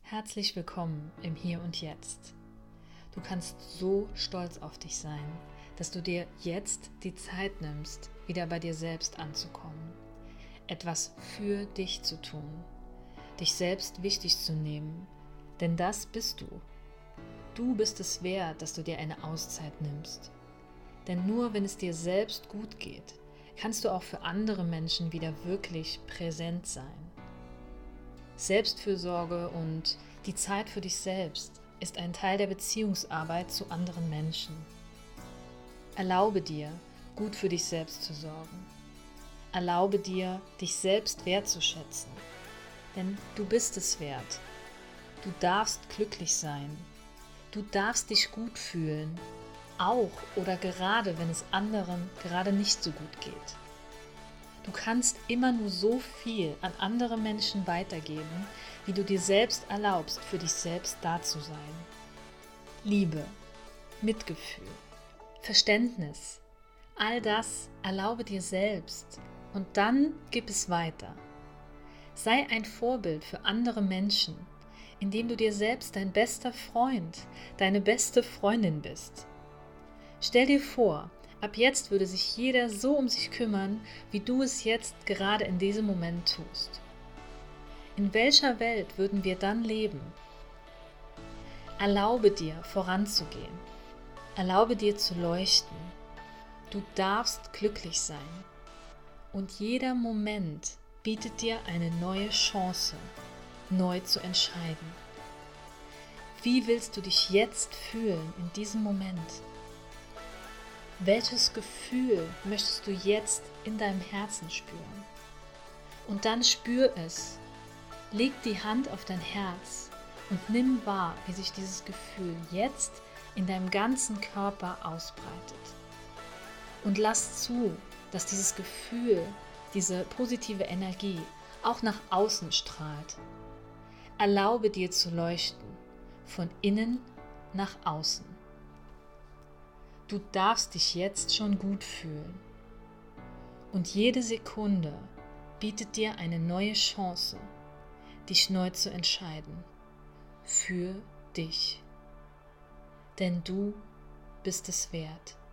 Herzlich willkommen im Hier und Jetzt. Du kannst so stolz auf dich sein, dass du dir jetzt die Zeit nimmst, wieder bei dir selbst anzukommen, etwas für dich zu tun, dich selbst wichtig zu nehmen, denn das bist du. Du bist es wert, dass du dir eine Auszeit nimmst. Denn nur wenn es dir selbst gut geht, kannst du auch für andere Menschen wieder wirklich präsent sein. Selbstfürsorge und die Zeit für dich selbst ist ein Teil der Beziehungsarbeit zu anderen Menschen. Erlaube dir, gut für dich selbst zu sorgen. Erlaube dir, dich selbst wertzuschätzen. Denn du bist es wert. Du darfst glücklich sein. Du darfst dich gut fühlen, auch oder gerade, wenn es anderen gerade nicht so gut geht. Du kannst immer nur so viel an andere Menschen weitergeben, wie du dir selbst erlaubst, für dich selbst da zu sein. Liebe, Mitgefühl, Verständnis, all das erlaube dir selbst und dann gib es weiter. Sei ein Vorbild für andere Menschen, indem du dir selbst dein bester Freund, deine beste Freundin bist. Stell dir vor, ab jetzt würde sich jeder so um sich kümmern, wie du es jetzt gerade in diesem Moment tust. In welcher Welt würden wir dann leben? Erlaube dir, voranzugehen. Erlaube dir zu leuchten. Du darfst glücklich sein. Und jeder Moment bietet dir eine neue Chance, neu zu entscheiden. Wie willst du dich jetzt fühlen in diesem Moment? Welches Gefühl möchtest du jetzt in deinem Herzen spüren? Und dann spür es. Leg die Hand auf dein Herz und nimm wahr, wie sich dieses Gefühl jetzt in deinem ganzen Körper ausbreitet. Und lass zu, dass dieses Gefühl, diese positive Energie auch nach außen strahlt. Erlaube dir zu leuchten, von innen nach außen. Du darfst dich jetzt schon gut fühlen. Und jede Sekunde bietet dir eine neue Chance, dich neu zu entscheiden. Für dich. Denn du bist es wert.